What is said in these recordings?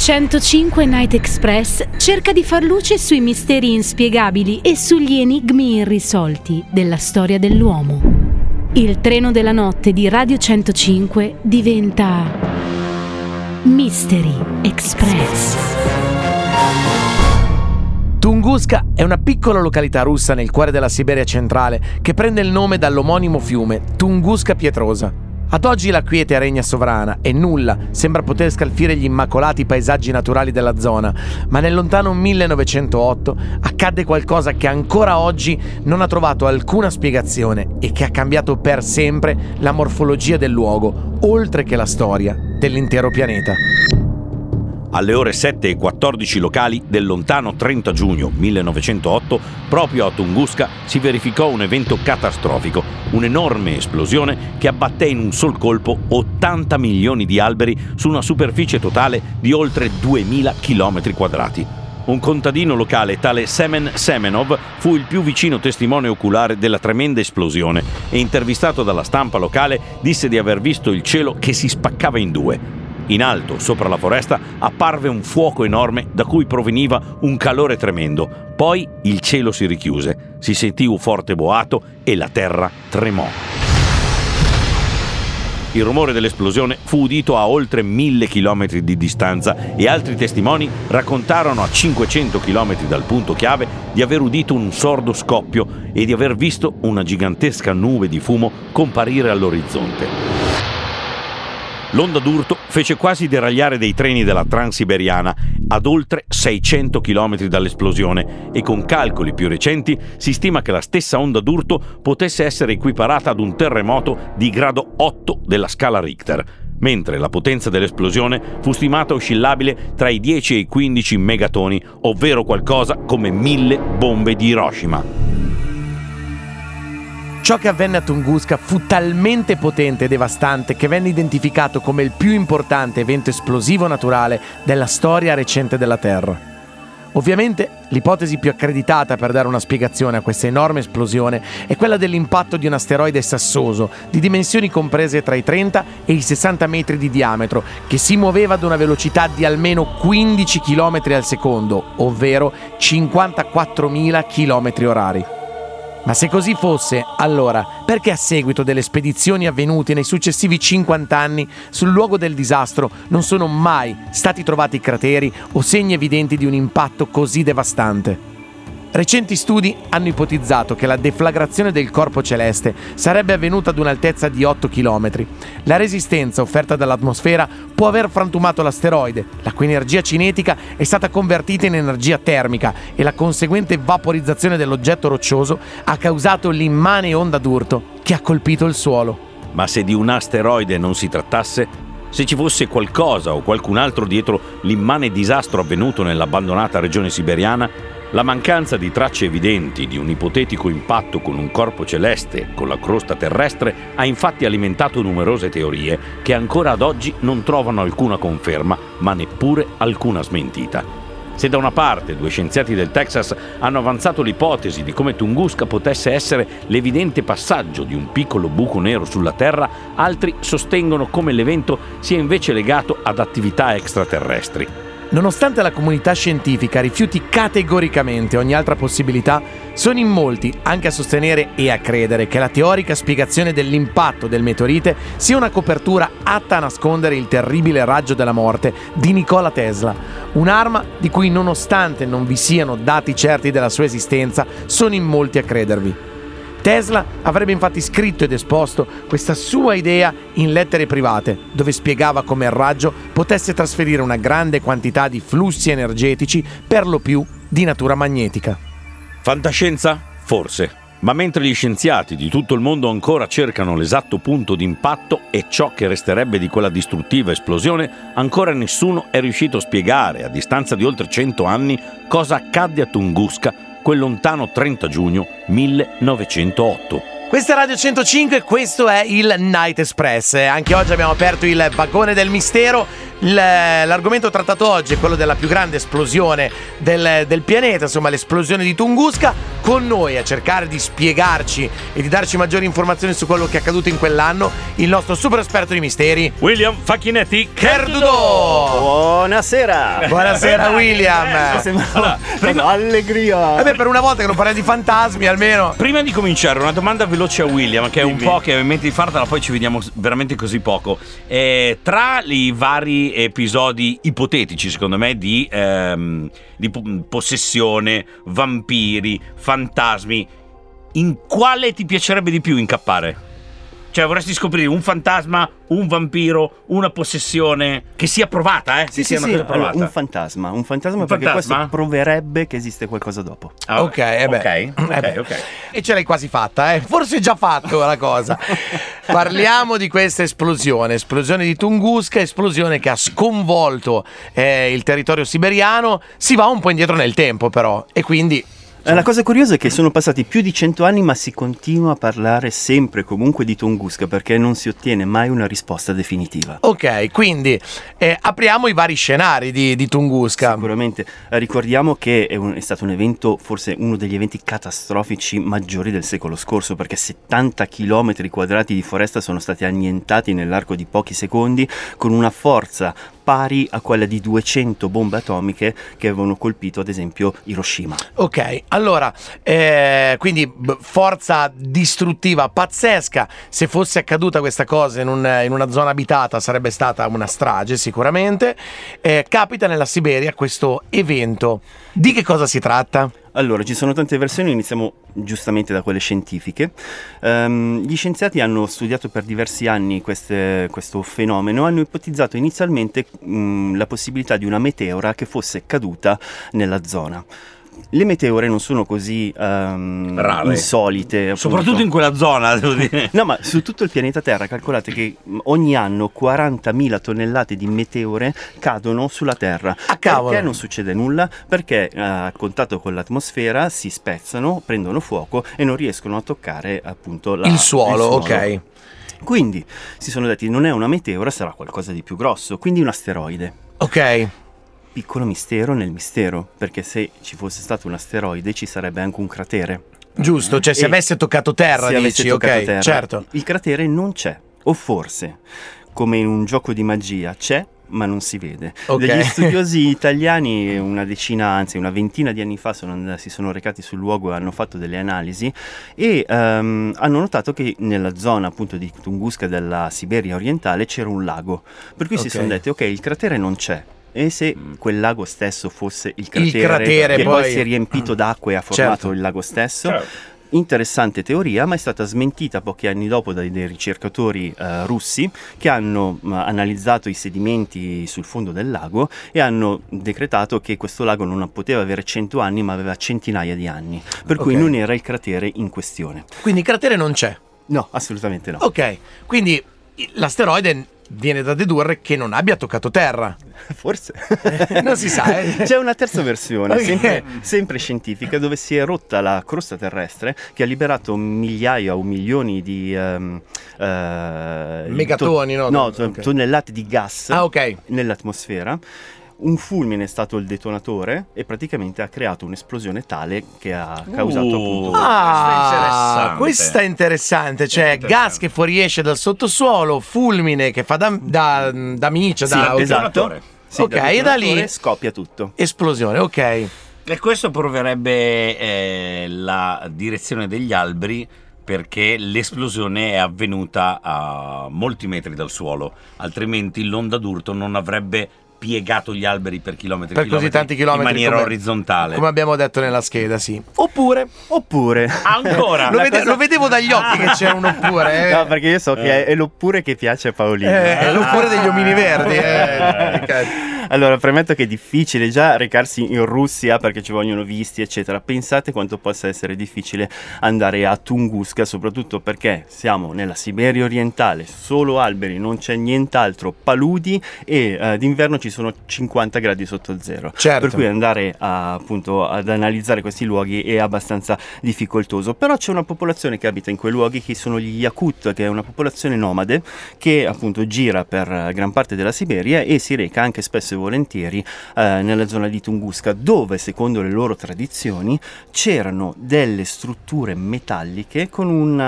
105 Night Express cerca di far luce sui misteri inspiegabili e sugli enigmi irrisolti della storia dell'uomo. Il treno della notte di Radio 105 diventa Mystery Express. Tunguska è una piccola località russa nel cuore della Siberia centrale che prende il nome dall'omonimo fiume Tunguska Pietrosa. Ad oggi la quiete regna sovrana e nulla sembra poter scalfire gli immacolati paesaggi naturali della zona, ma nel lontano 1908 accadde qualcosa che ancora oggi non ha trovato alcuna spiegazione e che ha cambiato per sempre la morfologia del luogo, oltre che la storia dell'intero pianeta. Alle ore 7:14 locali del lontano 30 giugno 1908, proprio a Tunguska si verificò un evento catastrofico, un'enorme esplosione che abbatté in un sol colpo 80 milioni di alberi su una superficie totale di oltre 2000 km quadrati. Un contadino locale, tale Semen Semenov, fu il più vicino testimone oculare della tremenda esplosione e, intervistato dalla stampa locale, disse di aver visto il cielo che si spaccava in due. In alto, sopra la foresta, apparve un fuoco enorme da cui proveniva un calore tremendo. Poi il cielo si richiuse, si sentì un forte boato e la terra tremò. Il rumore dell'esplosione fu udito a oltre 1000 chilometri di distanza e altri testimoni raccontarono a 500 chilometri dal punto chiave di aver udito un sordo scoppio e di aver visto una gigantesca nube di fumo comparire all'orizzonte. L'onda d'urto fece quasi deragliare dei treni della Transiberiana ad oltre 600 km dall'esplosione e con calcoli più recenti si stima che la stessa onda d'urto potesse essere equiparata ad un terremoto di grado 8 della scala Richter, mentre la potenza dell'esplosione fu stimata oscillabile tra i 10 e i 15 megatoni, ovvero qualcosa come 1000 bombe di Hiroshima. Ciò che avvenne a Tunguska fu talmente potente e devastante che venne identificato come il più importante evento esplosivo naturale della storia recente della Terra. Ovviamente l'ipotesi più accreditata per dare una spiegazione a questa enorme esplosione è quella dell'impatto di un asteroide sassoso di dimensioni comprese tra i 30 e i 60 metri di diametro che si muoveva ad una velocità di almeno 15 km al secondo, ovvero 54.000 km orari. Ma se così fosse, allora perché a seguito delle spedizioni avvenute nei successivi 50 anni sul luogo del disastro non sono mai stati trovati crateri o segni evidenti di un impatto così devastante? Recenti studi hanno ipotizzato che la deflagrazione del corpo celeste sarebbe avvenuta ad un'altezza di 8 km. La resistenza offerta dall'atmosfera può aver frantumato l'asteroide, la cui energia cinetica è stata convertita in energia termica e la conseguente vaporizzazione dell'oggetto roccioso ha causato l'immane onda d'urto che ha colpito il suolo. Ma se di un asteroide non si trattasse? Se ci fosse qualcosa o qualcun altro dietro l'immane disastro avvenuto nell'abbandonata regione siberiana? La mancanza di tracce evidenti di un ipotetico impatto con un corpo celeste con la crosta terrestre ha infatti alimentato numerose teorie che ancora ad oggi non trovano alcuna conferma, ma neppure alcuna smentita. Se da una parte due scienziati del Texas hanno avanzato l'ipotesi di come Tunguska potesse essere l'evidente passaggio di un piccolo buco nero sulla Terra, altri sostengono come l'evento sia invece legato ad attività extraterrestri. Nonostante la comunità scientifica rifiuti categoricamente ogni altra possibilità, sono in molti anche a sostenere e a credere che la teorica spiegazione dell'impatto del meteorite sia una copertura atta a nascondere il terribile raggio della morte di Nikola Tesla, un'arma di cui, nonostante non vi siano dati certi della sua esistenza, sono in molti a credervi. Tesla avrebbe infatti scritto ed esposto questa sua idea in lettere private, dove spiegava come il raggio potesse trasferire una grande quantità di flussi energetici, per lo più di natura magnetica. Fantascienza? Forse. Ma mentre gli scienziati di tutto il mondo ancora cercano l'esatto punto di impatto e ciò che resterebbe di quella distruttiva esplosione, ancora nessuno è riuscito a spiegare, a distanza di oltre 100 anni, cosa accadde a Tunguska quel lontano 30 giugno 1908. Questa è Radio 105 e questo è il Night Express. Anche oggi abbiamo aperto il vagone del mistero. L'argomento trattato oggi è quello della più grande esplosione del pianeta, insomma l'esplosione di Tunguska. Con noi a cercare di spiegarci e di darci maggiori informazioni su quello che è accaduto in quell'anno il nostro super esperto di misteri, William Facchinetti Kerdudo. Buonasera. Buonasera William. Allora, allegria. Vabbè, per una volta che non parliamo di fantasmi almeno. Prima di cominciare, una domanda veloce a William, che è un po' che avevo in mente di fartela, poi ci vediamo veramente così poco. Tra i vari episodi ipotetici, secondo me, di possessione, vampiri, fantasmi, in quale ti piacerebbe di più incappare? Cioè, vorresti scoprire un fantasma, un vampiro, una possessione che sia provata, Sì, sia una cosa provata. allora, un fantasma perché questo proverebbe che esiste qualcosa dopo. Ok. E ce l'hai quasi fatta, forse già fatto la cosa. Parliamo di questa esplosione di Tunguska, esplosione che ha sconvolto il territorio siberiano. Si va un po' indietro nel tempo però, e quindi... La cosa curiosa è che sono passati più di 100 anni, ma si continua a parlare sempre comunque di Tunguska perché non si ottiene mai una risposta definitiva. Ok, quindi apriamo i vari scenari di Tunguska. Sicuramente. Ricordiamo che è stato un evento, forse uno degli eventi catastrofici maggiori del secolo scorso, perché 70 km quadrati di foresta sono stati annientati nell'arco di pochi secondi, con una forza pari a quella di 200 bombe atomiche che avevano colpito ad esempio Hiroshima. Ok, allora quindi forza distruttiva pazzesca. Se fosse accaduta questa cosa in una zona abitata sarebbe stata una strage sicuramente. Capita nella Siberia questo evento. Di che cosa si tratta? Allora, ci sono tante versioni, iniziamo giustamente da quelle scientifiche. Gli scienziati hanno studiato per diversi anni questo fenomeno, hanno ipotizzato inizialmente la possibilità di una meteora che fosse caduta nella zona. Le meteore non sono così rare, insolite, appunto. Soprattutto in quella zona, devo dire. No, ma su tutto il pianeta Terra calcolate che ogni anno 40.000 tonnellate di meteore cadono sulla Terra. Ah, cavolo. Perché non succede nulla? Perché a contatto con l'atmosfera si spezzano, prendono fuoco e non riescono a toccare appunto il suolo. Ok. Quindi si sono detti non è una meteora, sarà qualcosa di più grosso, quindi un asteroide. Ok. Piccolo mistero nel mistero, perché se ci fosse stato un asteroide ci sarebbe anche un cratere. Giusto, cioè se avesse toccato terra, se dici, ok, terra, certo. Il cratere non c'è, o forse, come in un gioco di magia, c'è ma non si vede. Okay. Degli studiosi italiani una ventina di anni fa si sono recati sul luogo e hanno fatto delle analisi e hanno notato che nella zona appunto di Tunguska della Siberia orientale c'era un lago, per cui si sono detti ok, il cratere non c'è. E se quel lago stesso fosse il cratere che poi si è riempito d'acqua e ha formato il lago stesso? Certo. Interessante teoria, ma è stata smentita pochi anni dopo dai ricercatori russi che hanno analizzato i sedimenti sul fondo del lago e hanno decretato che questo lago non poteva avere 100 anni ma aveva centinaia di anni, per cui non era il cratere in questione. Quindi il cratere non c'è? No, assolutamente no. Ok, quindi l'asteroide viene da dedurre che non abbia toccato terra. Forse. Non si sa. C'è una terza versione, sempre scientifica, dove si è rotta la crosta terrestre che ha liberato migliaia o milioni di megatoni, tonnellate di gas nell'atmosfera. Un fulmine è stato il detonatore e praticamente ha creato un'esplosione tale che ha causato appunto questa è interessante, cioè gas che fuoriesce dal sottosuolo, fulmine che fa da miccia, esatto. E da lì scoppia tutto. Esplosione, ok. E questo proverebbe la direzione degli alberi, perché l'esplosione è avvenuta a molti metri dal suolo, altrimenti l'onda d'urto non avrebbe piegato gli alberi per chilometri per così tanti chilometri in maniera orizzontale, come abbiamo detto nella scheda, sì. Oppure ancora lo vedevo dagli occhi che c'era un oppure. No, perché io so che è l'oppure che piace a Paolino. È l'oppure degli omini verdi. Allora, premetto che è difficile già recarsi in Russia perché ci vogliono visti, eccetera. Pensate quanto possa essere difficile andare a Tunguska, soprattutto perché siamo nella Siberia orientale, solo alberi, non c'è nient'altro, paludi, e d'inverno ci sono 50 gradi sotto zero. Certo. Per cui andare appunto ad analizzare questi luoghi è abbastanza difficoltoso. Però c'è una popolazione che abita in quei luoghi, che sono gli Yakut, che è una popolazione nomade che appunto gira per gran parte della Siberia e si reca anche spesso e volentieri nella zona di Tunguska, dove secondo le loro tradizioni c'erano delle strutture metalliche con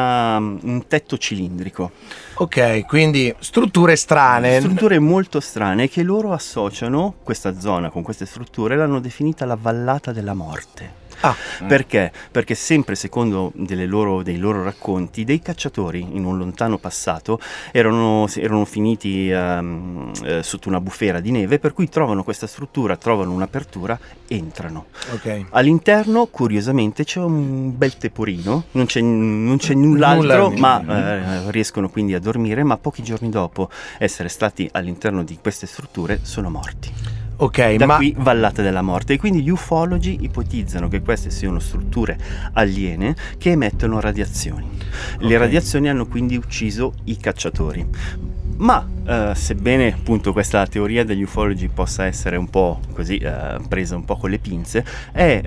un tetto cilindrico. Ok, quindi strutture strane. Strutture molto strane che loro associano questa zona con queste strutture, l'hanno definita la vallata della morte. Perché? Perché sempre secondo dei loro racconti, dei cacciatori in un lontano passato erano finiti sotto una bufera di neve, per cui trovano questa struttura, trovano un'apertura, entrano. Ok. All'interno, curiosamente, c'è un bel teporino, non c'è null'altro, ma riescono quindi a dormire, ma pochi giorni dopo essere stati all'interno di queste strutture sono morti. Ok, Da qui vallata della morte. E quindi gli ufologi ipotizzano che queste siano strutture aliene che emettono radiazioni. Le radiazioni hanno quindi ucciso i cacciatori. Ma sebbene appunto questa teoria degli ufologi possa essere un po' così presa un po' con le pinze, è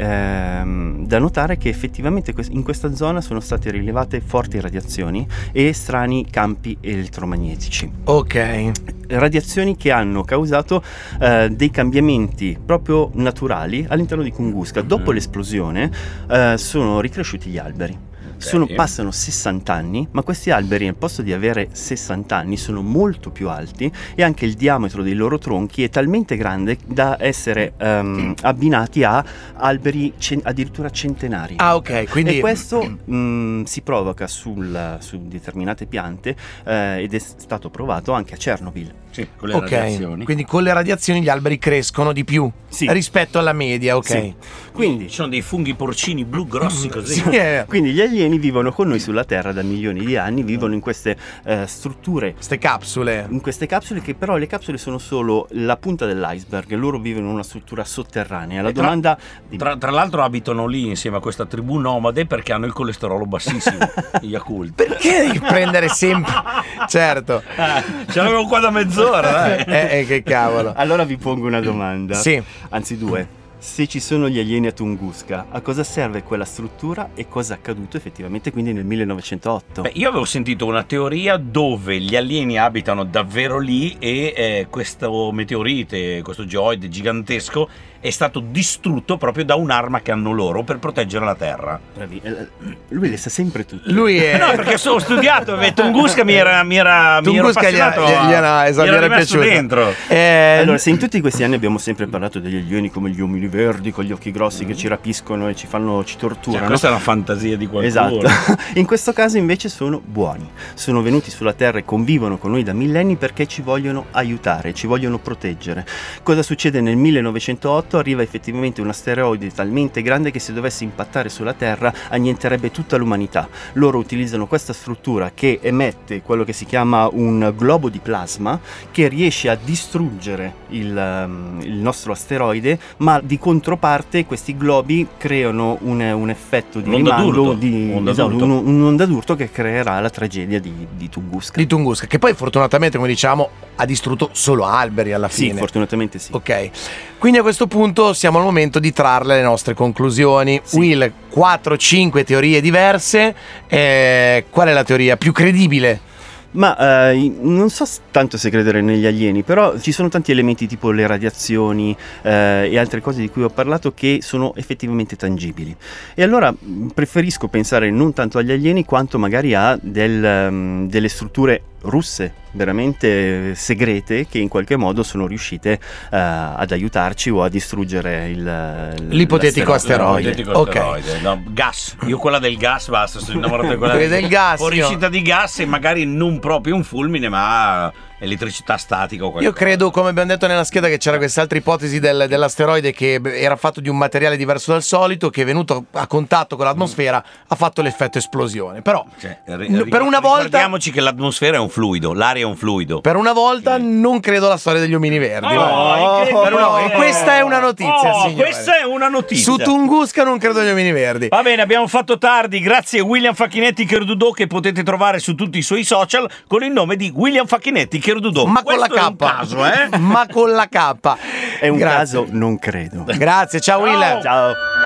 da notare che effettivamente in questa zona sono state rilevate forti radiazioni e strani campi elettromagnetici. Ok. Radiazioni che hanno causato dei cambiamenti proprio naturali all'interno di Tunguska. Dopo l'esplosione sono ricresciuti gli alberi. Passano 60 anni, ma questi alberi, al posto di avere 60 anni, sono molto più alti, e anche il diametro dei loro tronchi è talmente grande da essere abbinati a alberi addirittura centenari. Ok, quindi... E questo si provoca su determinate piante ed è stato provato anche a Chernobyl. Sì, con le radiazioni. Quindi con le radiazioni gli alberi crescono di più rispetto alla media, ok. Sì. Quindi ci sono dei funghi porcini blu grossi così. Quindi gli alieni vivono con noi sulla Terra da milioni di anni, vivono in queste strutture, queste capsule. In queste capsule, che però le capsule sono solo la punta dell'iceberg, loro vivono in una struttura sotterranea. La domanda tra l'altro abitano lì insieme a questa tribù nomade perché hanno il colesterolo bassissimo, gli Yakult. Perché devi prendere sempre? Certo. Ce l'avevo qua da mezz'ora, dai. Che cavolo. Allora vi pongo una domanda. Sì. Anzi, due. Se ci sono gli alieni a Tunguska, a cosa serve quella struttura e cosa è accaduto effettivamente quindi nel 1908? Beh, io avevo sentito una teoria dove gli alieni abitano davvero lì e questo meteorite, questo geoide gigantesco è stato distrutto proprio da un'arma che hanno loro per proteggere la Terra. Lui le sa sempre tutto. Lui è... No, perché sono studiato, Tunguska mi era Tunguska gli era piaciuto dentro. Allora, se in tutti questi anni abbiamo sempre parlato degli alieni come gli uomini verdi con gli occhi grossi che ci rapiscono e ci torturano. Questa è una fantasia di qualcuno. Esatto. In questo caso invece sono buoni. Sono venuti sulla Terra e convivono con noi da millenni perché ci vogliono aiutare, ci vogliono proteggere. Cosa succede nel 1908? Arriva effettivamente un asteroide talmente grande che se dovesse impattare sulla Terra annienterebbe tutta l'umanità. Loro utilizzano questa struttura che emette quello che si chiama un globo di plasma che riesce a distruggere il nostro asteroide, ma di controparte questi globi creano un effetto di rimando, un'onda d'urto che creerà la tragedia di Tunguska. Di Tunguska, che poi fortunatamente, come diciamo, ha distrutto solo alberi alla fine. Sì, fortunatamente sì. Ok, quindi a questo punto siamo al momento di trarre le nostre conclusioni. Sì. Will, 4-5 teorie diverse, qual è la teoria più credibile? Ma non so tanto se credere negli alieni, però ci sono tanti elementi tipo le radiazioni e altre cose di cui ho parlato che sono effettivamente tangibili. E allora preferisco pensare non tanto agli alieni quanto magari a delle strutture russe veramente segrete che in qualche modo sono riuscite ad aiutarci o a distruggere l'ipotetico asteroide. Ok. No, gas. Io quella del gas basta, sono innamorato di quella del gas. Fuoriuscita di gas e magari non proprio un fulmine, ma elettricità statica o qualcosa. Io credo, come abbiamo detto nella scheda, che c'era quest'altra ipotesi dell'asteroide che era fatto di un materiale diverso dal solito, che è venuto a contatto con l'atmosfera, ha fatto l'effetto esplosione. Però per una volta, ricordiamoci che l'atmosfera è un fluido, l'aria è un fluido. Per una volta non credo alla storia degli omini verdi. E questa è una notizia, signore. Questa è una notizia. Su Tunguska non credo agli omini verdi. Va bene, abbiamo fatto tardi. Grazie a William Facchinetti Kerdudo, che potete trovare su tutti i suoi social con il nome di William Facchinetti Kerdudo. Ma con la K. È un caso, Ma con la K. È un caso, non credo. Grazie, ciao Will. Ciao.